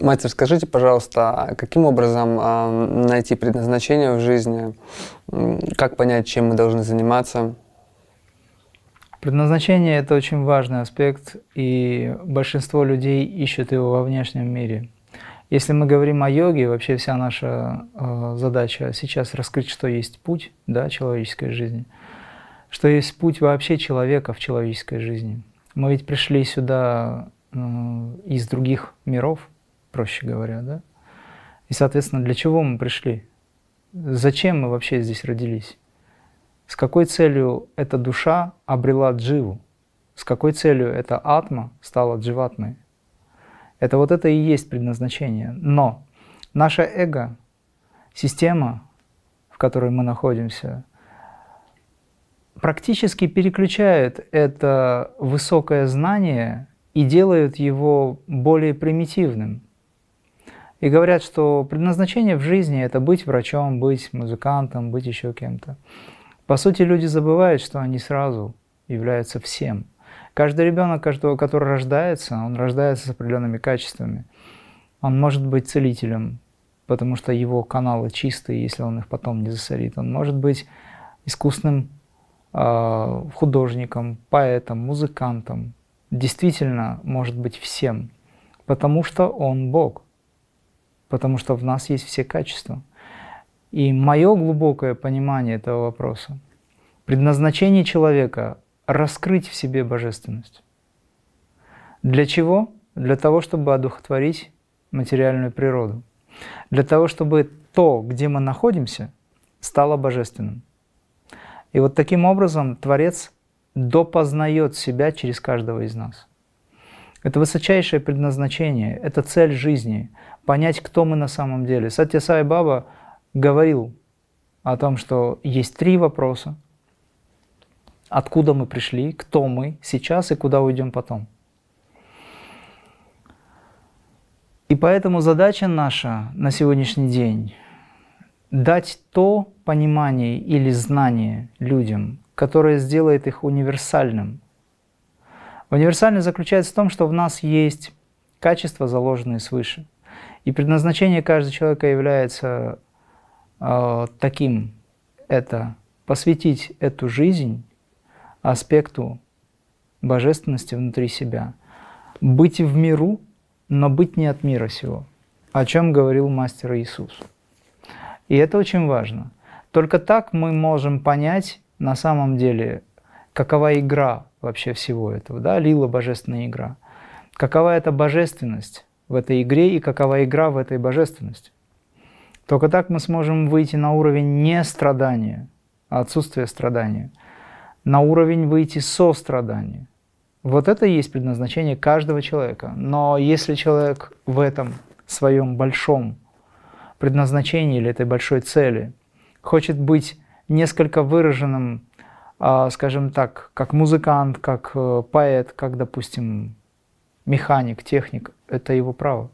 Мастер, скажите, пожалуйста, каким образом найти предназначение в жизни? Как понять, чем мы должны заниматься? Предназначение – это очень важный аспект, и большинство людей ищут его во внешнем мире. Если мы говорим о йоге, вообще вся наша задача сейчас раскрыть, что есть путь, да, человеческой жизни, что есть путь вообще человека в человеческой жизни. Мы ведь пришли сюда из других миров, проще говоря, да? И, соответственно, для чего мы пришли? Зачем мы вообще здесь родились? С какой целью эта душа обрела дживу? С какой целью эта атма стала дживатмой? Это вот это и есть предназначение. Но наше эго, система, в которой мы находимся, практически переключает это высокое знание и делают его более примитивным. И говорят, что предназначение в жизни – это быть врачом, быть музыкантом, быть еще кем-то. По сути, люди забывают, что они сразу являются всем. Каждый ребенок, который рождается, он рождается с определенными качествами. Он может быть целителем, потому что его каналы чистые, если он их потом не засорит. Он может быть искусным художником, поэтом, музыкантом. Действительно может быть всем, потому что он Бог, потому что в нас есть все качества. И мое глубокое понимание этого вопроса, предназначение человека – раскрыть в себе божественность. Для чего? Для того, чтобы одухотворить материальную природу. Для того, чтобы то, где мы находимся, стало божественным. И вот таким образом Творец допознает себя через каждого из нас. Это высочайшее предназначение, это цель жизни – понять, кто мы на самом деле. Сатья Сай Баба говорил о том, что есть 3 вопроса. Откуда мы пришли, кто мы сейчас и куда уйдем потом. И поэтому задача наша на сегодняшний день – дать то понимание или знание людям, которое сделает их универсальным. Универсальность заключается в том, что в нас есть качества, заложенные свыше. И предназначение каждого человека является таким – это посвятить эту жизнь аспекту божественности внутри себя. Быть в миру, но быть не от мира сего, о чем говорил Мастер Иисус. И это очень важно. Только так мы можем понять на самом деле, какова игра вообще всего этого, да, лила божественная игра. Какова эта божественность в этой игре и какова игра в этой божественности. Только так мы сможем выйти на уровень не страдания, а отсутствия страдания, на уровень выйти сострадания. Вот это и есть предназначение каждого человека. Но если человек в этом своем большом предназначении или этой большой цели хочет быть несколько выраженным, скажем так, как музыкант, как поэт, как, допустим, механик, техник, это его право.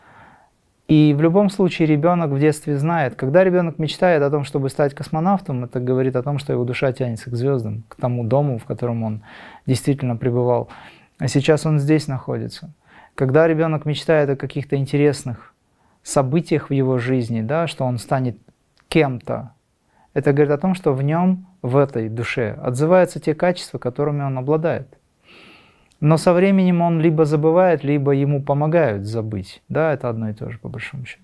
И в любом случае ребенок в детстве знает, когда ребенок мечтает о том, чтобы стать космонавтом, это говорит о том, что его душа тянется к звездам, к тому дому, в котором он действительно пребывал. А сейчас он здесь находится. Когда ребенок мечтает о каких-то интересных событиях в его жизни, да, что он станет кем-то, это говорит о том, что в нем, в этой душе, отзываются те качества, которыми он обладает. Но со временем он либо забывает, либо ему помогают забыть. Да, это одно и то же, по большому счету.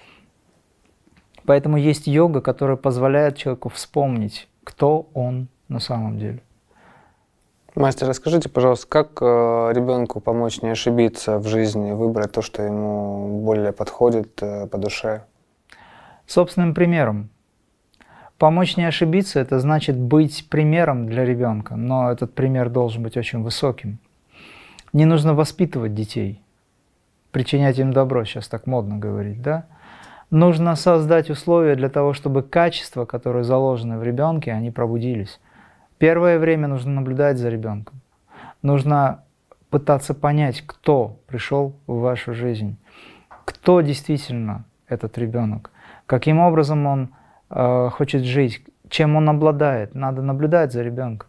Поэтому есть йога, которая позволяет человеку вспомнить, кто он на самом деле. Мастер, расскажите, пожалуйста, как ребенку помочь не ошибиться в жизни, выбрать то, что ему более подходит по душе? Собственным примером. Помочь не ошибиться – это значит быть примером для ребенка, но этот пример должен быть очень высоким. Не нужно воспитывать детей, причинять им добро, сейчас так модно говорить, да? Нужно создать условия для того, чтобы качества, которые заложены в ребенке, они пробудились. Первое время нужно наблюдать за ребенком. Нужно пытаться понять, кто пришел в вашу жизнь, кто действительно этот ребенок, каким образом он хочет жить, чем он обладает. Надо наблюдать за ребенком.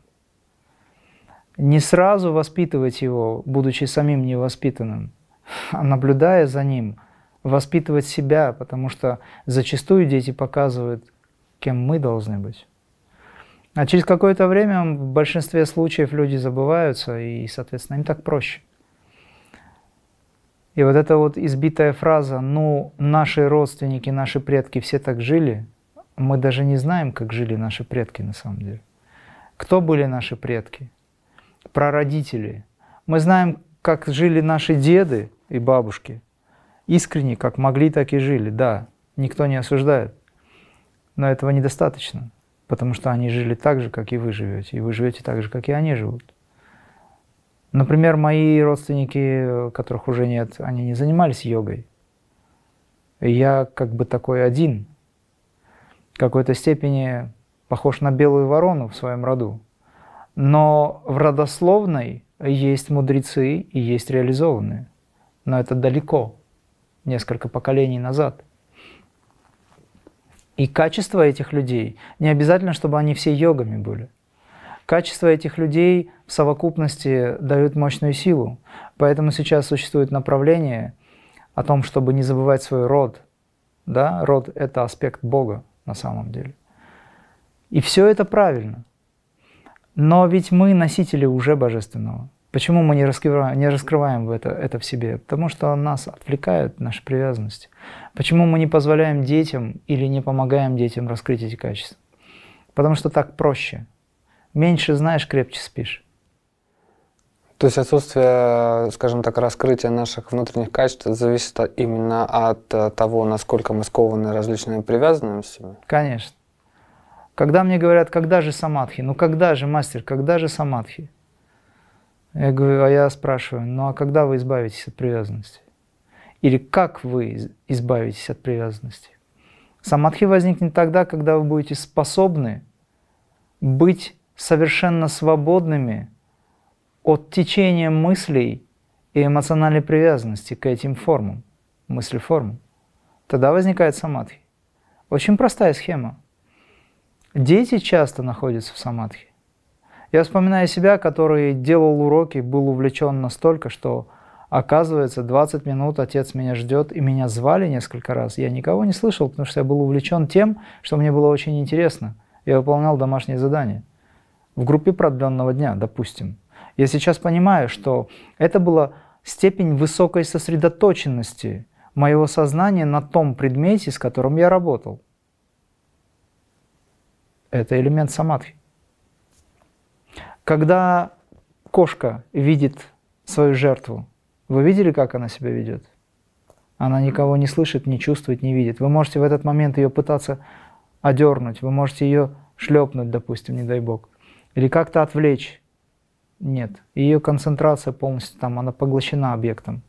Не сразу воспитывать его, будучи самим невоспитанным, а наблюдая за ним, воспитывать себя, потому что зачастую дети показывают, кем мы должны быть. А через какое-то время в большинстве случаев люди забываются, и, соответственно, им так проще. И вот эта вот избитая фраза «ну, наши родственники, наши предки все так жили», мы даже не знаем, как жили наши предки на самом деле. Кто были наши предки? Прародители. Мы знаем, как жили наши деды и бабушки. Искренне, как могли, так и жили. Да, никто не осуждает. Но этого недостаточно, потому что они жили так же, как и вы живете. И вы живете так же, как и они живут. Например, мои родственники, которых уже нет, они не занимались йогой. И я как бы такой один, в какой-то степени похож на белую ворону в своем роду. Но в родословной есть мудрецы и есть реализованные. Но это далеко, несколько поколений назад. И качество этих людей, не обязательно, чтобы они все йогами были. Качество этих людей в совокупности дают мощную силу. Поэтому сейчас существует направление о том, чтобы не забывать свой род. Да? Род – это аспект Бога на самом деле. И все это правильно. Но ведь мы носители уже Божественного. Почему мы не раскрываем это в себе? Потому что нас отвлекают наши привязанности. Почему мы не позволяем детям или не помогаем детям раскрыть эти качества? Потому что так проще. Меньше знаешь, крепче спишь. То есть отсутствие, скажем так, раскрытия наших внутренних качеств зависит именно от того, насколько мы скованы различными привязанностями? Конечно. Когда мне говорят, когда же самадхи? Ну когда же, мастер, когда же самадхи? Я говорю, а я спрашиваю, ну а когда вы избавитесь от привязанности? Или как вы избавитесь от привязанности? Самадхи возникнет тогда, когда вы будете способны быть совершенно свободными от течения мыслей и эмоциональной привязанности к этим формам, мыслеформам. Тогда возникает самадхи. Очень простая схема. Дети часто находятся в самадхи. Я вспоминаю себя, который делал уроки, был увлечен настолько, что, оказывается, 20 минут отец меня ждет, и меня звали несколько раз. Я никого не слышал, потому что я был увлечен тем, что мне было очень интересно. Я выполнял домашние задания. В группе продленного дня, допустим. Я сейчас понимаю, что это была степень высокой сосредоточенности моего сознания на том предмете, с которым я работал. Это элемент самадхи. Когда кошка видит свою жертву, вы видели, как она себя ведет? Она никого не слышит, не чувствует, не видит. Вы можете в этот момент ее пытаться одернуть, вы можете ее шлепнуть, допустим, не дай бог, или как-то отвлечь. Нет, ее концентрация полностью там, она поглощена объектом.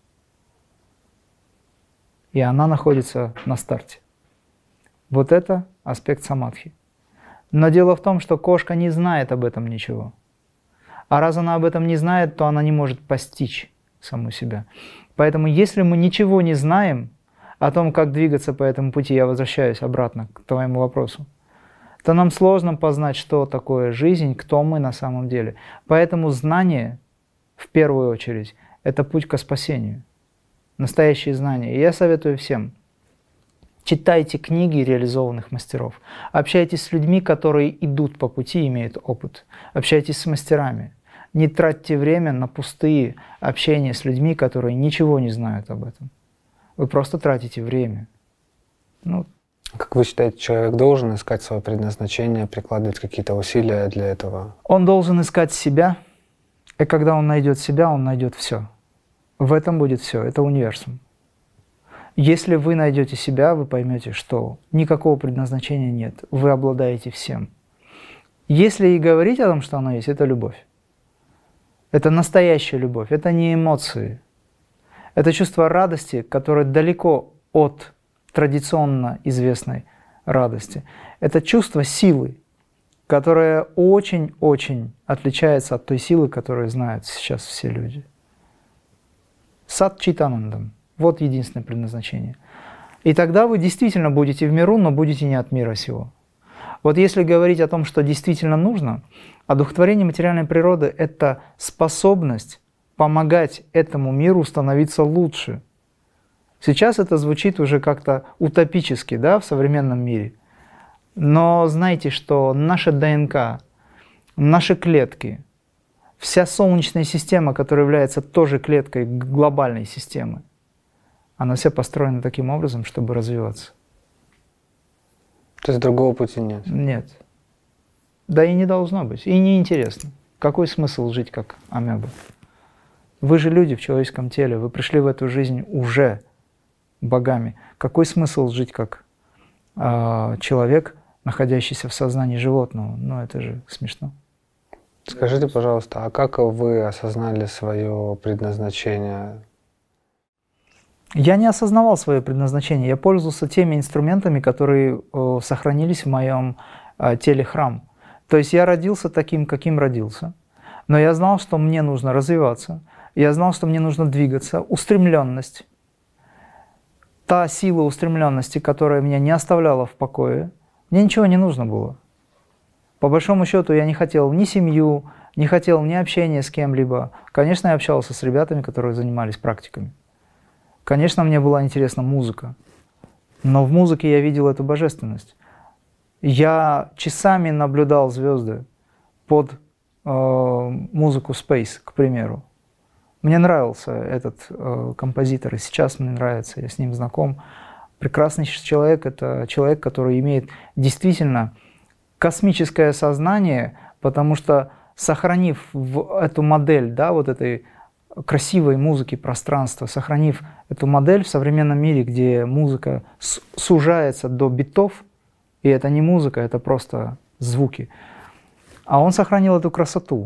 И она находится на старте. Вот это аспект самадхи. Но дело в том, что кошка не знает об этом ничего. А раз она об этом не знает, то она не может постичь саму себя. Поэтому если мы ничего не знаем о том, как двигаться по этому пути, я возвращаюсь обратно к твоему вопросу, то нам сложно познать, что такое жизнь, кто мы на самом деле. Поэтому знание, в первую очередь, это путь ко спасению. Настоящие знания. И я советую всем. Читайте книги реализованных мастеров. Общайтесь с людьми, которые идут по пути, имеют опыт. Общайтесь с мастерами. Не тратьте время на пустые общения с людьми, которые ничего не знают об этом. Вы просто тратите время. Ну, как вы считаете, человек должен искать свое предназначение, прикладывать какие-то усилия для этого? Он должен искать себя, и когда он найдет себя, он найдет все. В этом будет все. Это универсум. Если вы найдете себя, вы поймете, что никакого предназначения нет. Вы обладаете всем. Если и говорить о том, что оно есть, это любовь. Это настоящая любовь. Это не эмоции. Это чувство радости, которое далеко от традиционно известной радости. Это чувство силы, которое очень-очень отличается от той силы, которую знают сейчас все люди. Сат Читанандам. Вот единственное предназначение. И тогда вы действительно будете в миру, но будете не от мира сего. Вот если говорить о том, что действительно нужно, одухотворение материальной природы – это способность помогать этому миру становиться лучше. Сейчас это звучит уже как-то утопически, да, в современном мире. Но знайте, что наша ДНК, наши клетки, вся Солнечная система, которая является тоже клеткой глобальной системы, она вся построена таким образом, чтобы развиваться. То есть другого пути нет? Нет. Да и не должно быть. И неинтересно. Какой смысл жить как амеба? Вы же люди в человеческом теле, вы пришли в эту жизнь уже богами. Какой смысл жить как человек, находящийся в сознании животного? Ну, это же смешно. Скажите, пожалуйста, а как вы осознали свое предназначение? Я не осознавал свое предназначение. Я пользовался теми инструментами, которые сохранились в моем теле храм. То есть я родился таким, каким родился. Но я знал, что мне нужно развиваться. Я знал, что мне нужно двигаться. Устремленность. Та сила устремленности, которая меня не оставляла в покое, мне ничего не нужно было. По большому счету я не хотел ни семью, не хотел ни общения с кем-либо. Конечно, я общался с ребятами, которые занимались практиками. Конечно, мне была интересна музыка. Но в музыке я видел эту божественность. Я часами наблюдал звезды под музыку Space, к примеру. Мне нравился этот композитор, и сейчас мне нравится, я с ним знаком. Прекрасный человек – это человек, который имеет действительно космическое сознание, потому что, сохранив эту модель, да, вот этой красивой музыки пространства, сохранив эту модель в современном мире, где музыка сужается до битов, и это не музыка, это просто звуки, а он сохранил эту красоту.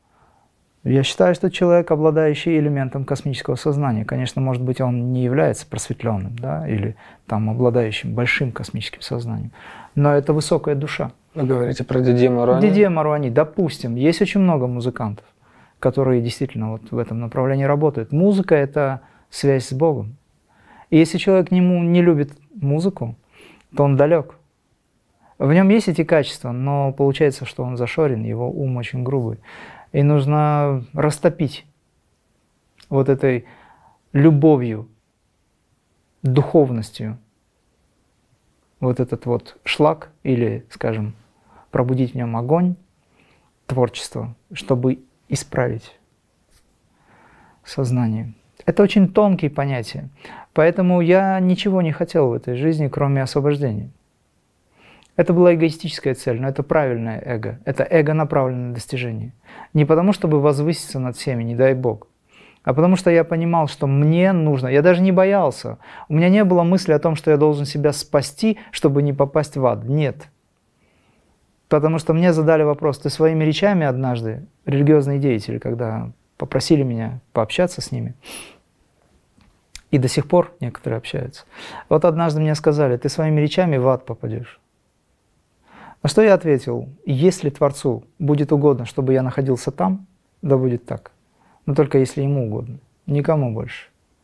Я считаю, что человек, обладающий элементом космического сознания, конечно, может быть, он не является просветленным, да, или там обладающим большим космическим сознанием, но это высокая душа. Вы говорите про Дидье Маруани? Дидье Маруани, допустим, есть очень много музыкантов, которые действительно вот в этом направлении работают. Музыка – это связь с Богом. И если человек не любит музыку, то он далек. В нем есть эти качества, но получается, что он зашорен, его ум очень грубый. И нужно растопить вот этой любовью, духовностью вот этот вот шлак, или, скажем, пробудить в нем огонь творчества, чтобы исправить сознание. Это очень тонкие понятия. Поэтому я ничего не хотел в этой жизни, кроме освобождения. Это была эгоистическая цель, но это правильное эго. Это эго, направленное на достижение. Не потому, чтобы возвыситься над всеми, не дай Бог, а потому что я понимал, что мне нужно. Я даже не боялся. У меня не было мысли о том, что я должен себя спасти, чтобы не попасть в ад. Нет. Потому что мне задали вопрос: ты своими речами однажды, религиозные деятели, когда попросили меня пообщаться с ними, и до сих пор некоторые общаются, вот однажды мне сказали: ты своими речами в ад попадешь. На что я ответил: если Творцу будет угодно, чтобы я находился там, да будет так. Но только если Ему угодно, никому больше.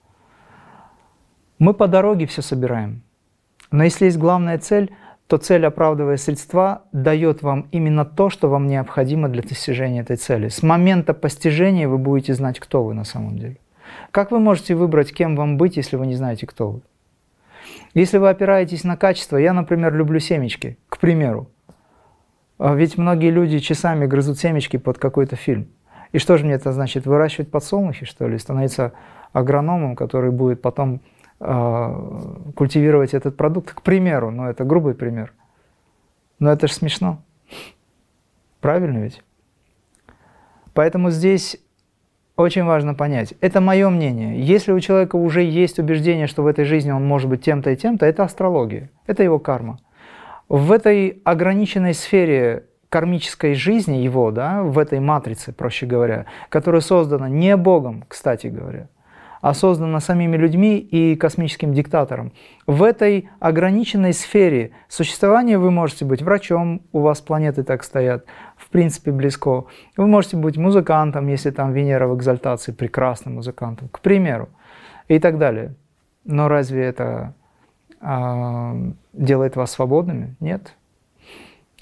Мы по дороге все собираем. Но если есть главная цель, то цель, оправдывая средства, дает вам именно то, что вам необходимо для достижения этой цели. С момента постижения вы будете знать, кто вы на самом деле. Как вы можете выбрать, кем вам быть, если вы не знаете, кто вы? Если вы опираетесь на качество, я, например, люблю семечки, к примеру. Ведь многие люди часами грызут семечки под какой-то фильм. И что же мне это значит? Выращивать подсолнухи, что ли? Становиться агрономом, который будет потом культивировать этот продукт? К примеру, но это грубый пример. Но это же смешно. Правильно ведь? Поэтому здесь очень важно понять. Это мое мнение. Если у человека уже есть убеждение, что в этой жизни он может быть тем-то и тем-то, это астрология. Это его карма. В этой ограниченной сфере кармической жизни его, да, в этой матрице, проще говоря, которая создана не Богом, кстати говоря, а создана самими людьми и космическим диктатором, в этой ограниченной сфере существования вы можете быть врачом, у вас планеты так стоят, в принципе близко, вы можете быть музыкантом, если там Венера в экзальтации, прекрасным музыкантом, к примеру, и так далее. Но разве это делает вас свободными? Нет.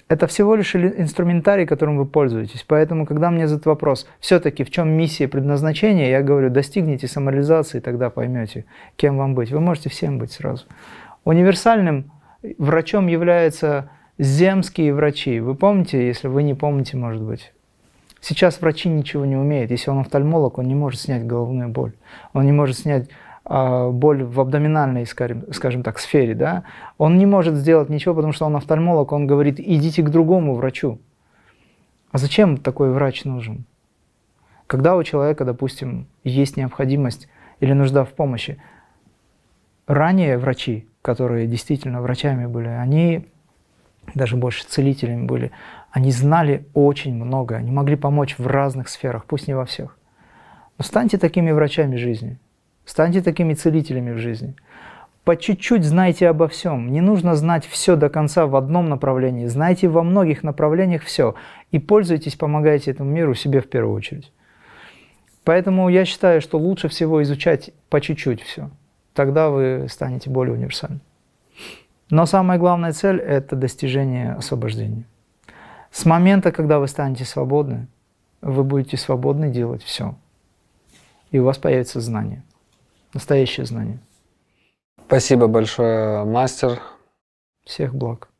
Это всего лишь инструментарий, которым вы пользуетесь. Поэтому, когда мне задают вопрос, все-таки в чем миссия, предназначение, я говорю, достигните самореализации, тогда поймете, кем вам быть. Вы можете всем быть сразу. Универсальным врачом являются земские врачи. Вы помните, если вы не помните, может быть. Сейчас врачи ничего не умеют. Если он офтальмолог, он не может снять головную боль. Он не может снять боль в абдоминальной, скажем так, сфере. Да? Он не может сделать ничего, потому что он офтальмолог. Он говорит, идите к другому врачу. А зачем такой врач нужен? Когда у человека, допустим, есть необходимость или нужда в помощи, ранее врачи, которые действительно врачами были, они даже больше целителями были, они знали очень много, они могли помочь в разных сферах, пусть не во всех. Но станьте такими врачами жизни, станьте такими целителями в жизни. По чуть-чуть знайте обо всем. Не нужно знать все до конца в одном направлении. Знайте во многих направлениях все. И пользуйтесь, помогайте этому миру, себе в первую очередь. Поэтому я считаю, что лучше всего изучать по чуть-чуть все. Тогда вы станете более универсальным. Но самая главная цель – это достижение освобождения. С момента, когда вы станете свободны, вы будете свободны делать все. И у вас появится знание, настоящее знание. Спасибо большое, мастер. Всех благ.